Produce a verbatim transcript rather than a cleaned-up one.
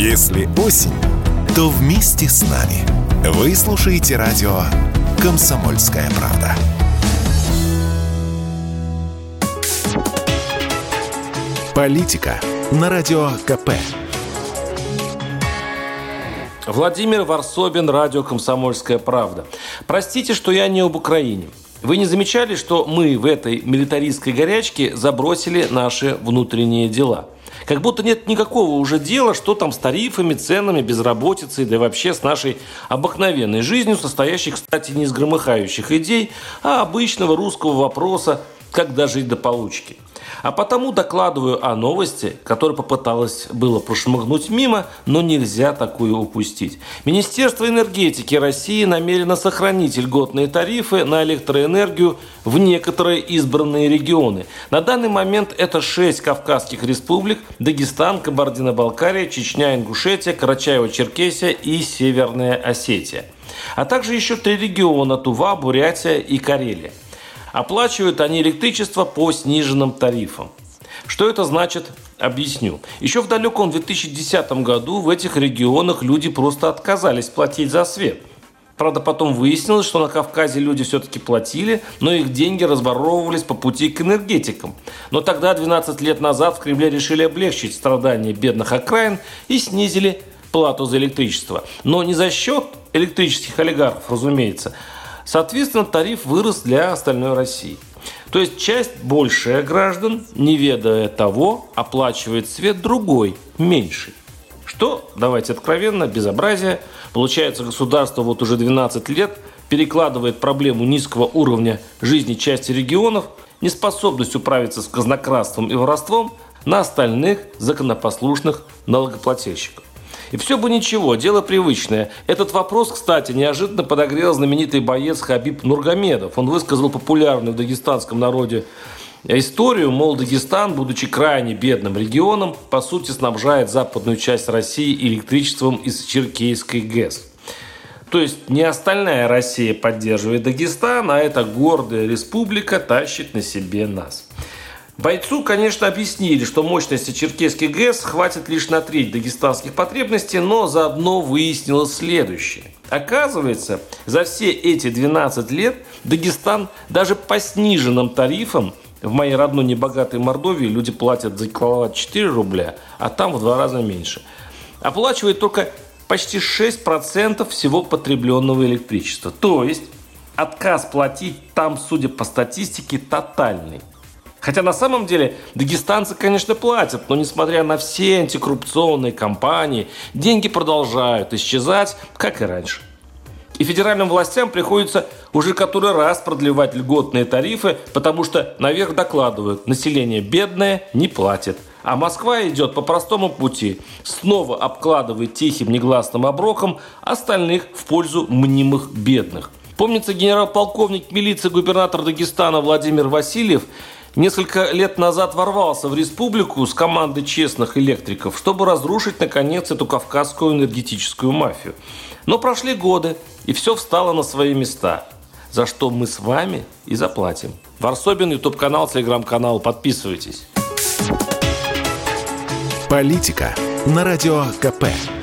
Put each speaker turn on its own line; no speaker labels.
Если осень, то вместе с нами. Вы слушаете радио «Комсомольская правда». Политика на радио ка пэ.
Владимир Варсобин, радио «Комсомольская правда». Простите, что я не об Украине. Вы не замечали, что мы в этой милитаристской горячке забросили наши внутренние дела? Как будто нет никакого уже дела, что там с тарифами, ценами, безработицей, да и вообще с нашей обыкновенной жизнью, состоящей, кстати, не из громыхающих идей, а обычного русского вопроса «как дожить до получки?». А потому докладываю о новости, которая попыталась было прошмыгнуть мимо, но нельзя такую упустить. Министерство энергетики России намерено сохранить льготные тарифы на электроэнергию в некоторые избранные регионы. На данный момент это шесть кавказских республик: Дагестан, Кабардино-Балкария, Чечня, Ингушетия, Карачаево-Черкесия и Северная Осетия. А также еще три региона: Тува, Бурятия и Карелия. Оплачивают они электричество по сниженным тарифам. Что это значит, объясню. Еще в далеком две тысячи десятом году в этих регионах люди просто отказались платить за свет. Правда, потом выяснилось, что на Кавказе люди все-таки платили, но их деньги разворовывались по пути к энергетикам. Но тогда, двенадцать лет назад, в Кремле решили облегчить страдания бедных окраин и снизили плату за электричество. Но не за счет электрических олигархов, разумеется. Соответственно, тариф вырос для остальной России. То есть часть большая граждан, не ведая того, оплачивает свет другой, меньший. Что, давайте откровенно, безобразие. Получается, государство вот уже двенадцать лет перекладывает проблему низкого уровня жизни части регионов, неспособность управиться с казнократством и воровством на остальных законопослушных налогоплательщиков. И все бы ничего, дело привычное. Этот вопрос, кстати, неожиданно подогрел знаменитый боец Хабиб Нургомедов. Он высказал популярную в дагестанском народе историю, мол, Дагестан, будучи крайне бедным регионом, по сути снабжает западную часть России электричеством из Черкесской ГЭС. То есть не остальная Россия поддерживает Дагестан, а эта гордая республика тащит на себе нас. Бойцу, конечно, объяснили, что мощности Черкесской ГЭС хватит лишь на треть дагестанских потребностей, но заодно выяснилось следующее. Оказывается, за все эти двенадцать лет Дагестан даже по сниженным тарифам, в моей родной небогатой Мордовии люди платят за киловатт четыре рубля, а там в два раза меньше, оплачивает только почти шесть процентов всего потребленного электричества. То есть отказ платить там, судя по статистике, тотальный. Хотя на самом деле дагестанцы, конечно, платят, но несмотря на все антикоррупционные кампании, деньги продолжают исчезать, как и раньше. И федеральным властям приходится уже который раз продлевать льготные тарифы, потому что наверх докладывают: население бедное, не платит. А Москва идет по простому пути, снова обкладывает тихим негласным оброком остальных в пользу мнимых бедных. Помнится, генерал-полковник милиции губернатор Дагестана Владимир Васильев несколько лет назад ворвался в республику с командой честных электриков, чтобы разрушить, наконец, эту кавказскую энергетическую мафию. Но прошли годы, и все встало на свои места, за что мы с вами и заплатим. Варсобин, ютуб-канал, телеграм-канал. Подписывайтесь.
Политика на радио ка пэ.